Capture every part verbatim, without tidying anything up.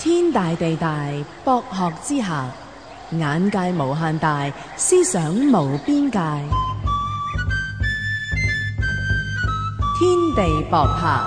天大地大，博學之下，眼界無限大，思想無邊界。天地博客。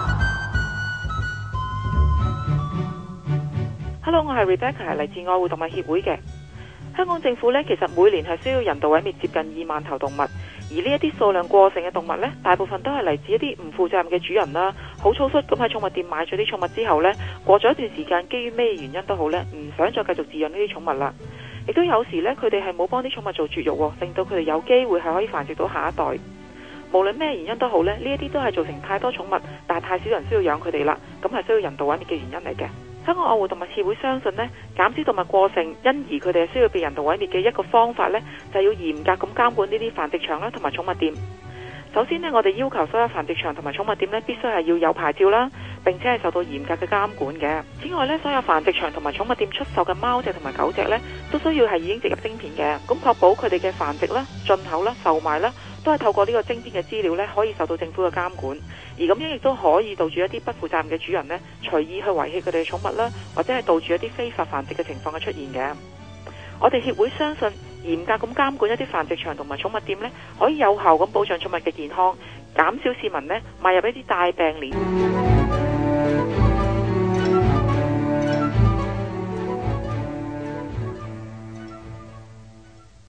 Hello， 我係 Rebecca， 係嚟自愛護動物協會嘅。香港政府呢，其實每年係需要人道毀滅接近二萬頭動物，而呢一啲數量過剩嘅動物呢，大部分都係嚟自一啲唔負責任嘅主人啦，好粗率咁喺寵物店買咗啲寵物之後呢，過咗一段時間，基於咩原因都好呢，唔想再繼續飼養呢啲寵物啦。亦都有時呢，佢哋係冇幫啲寵物做絕育，令到佢哋有機會係可以繁殖到下一代。無論咩原因都好呢，呢一啲都係造成太多寵物，但係太少人需要養佢哋啦，咁係需要人道毀滅嘅原因嚟嘅。香港愛護動物協會相信呢，減少動物過剩，因而佢哋係需要被人道毀滅嘅一個方法呢，就係要嚴格咁監管呢啲繁殖場啦，同埋寵物店。首先呢，我哋要求所有繁殖場同埋寵物店呢，必須係要有牌照啦，並且係受到嚴格嘅監管嘅。此外呢，所有繁殖場同埋寵物店出售嘅貓隻同埋狗隻呢，都需要係已經植入晶片嘅，咁確保佢哋嘅繁殖啦、進口啦、售賣啦，都係透過呢個晶片嘅資料呢，可以受到政府嘅監管。而咁樣亦都可以杜住一啲不負責任嘅主人呢，隨意去遺棄佢哋嘅寵物啦，或者係杜住一啲非法繁殖嘅情況嘅出現嘅。我哋協會相信，嚴格咁監管一啲繁殖場同埋寵物店呢，可以有效咁保障寵物嘅健康，減少市民呢買入一啲大病鏈。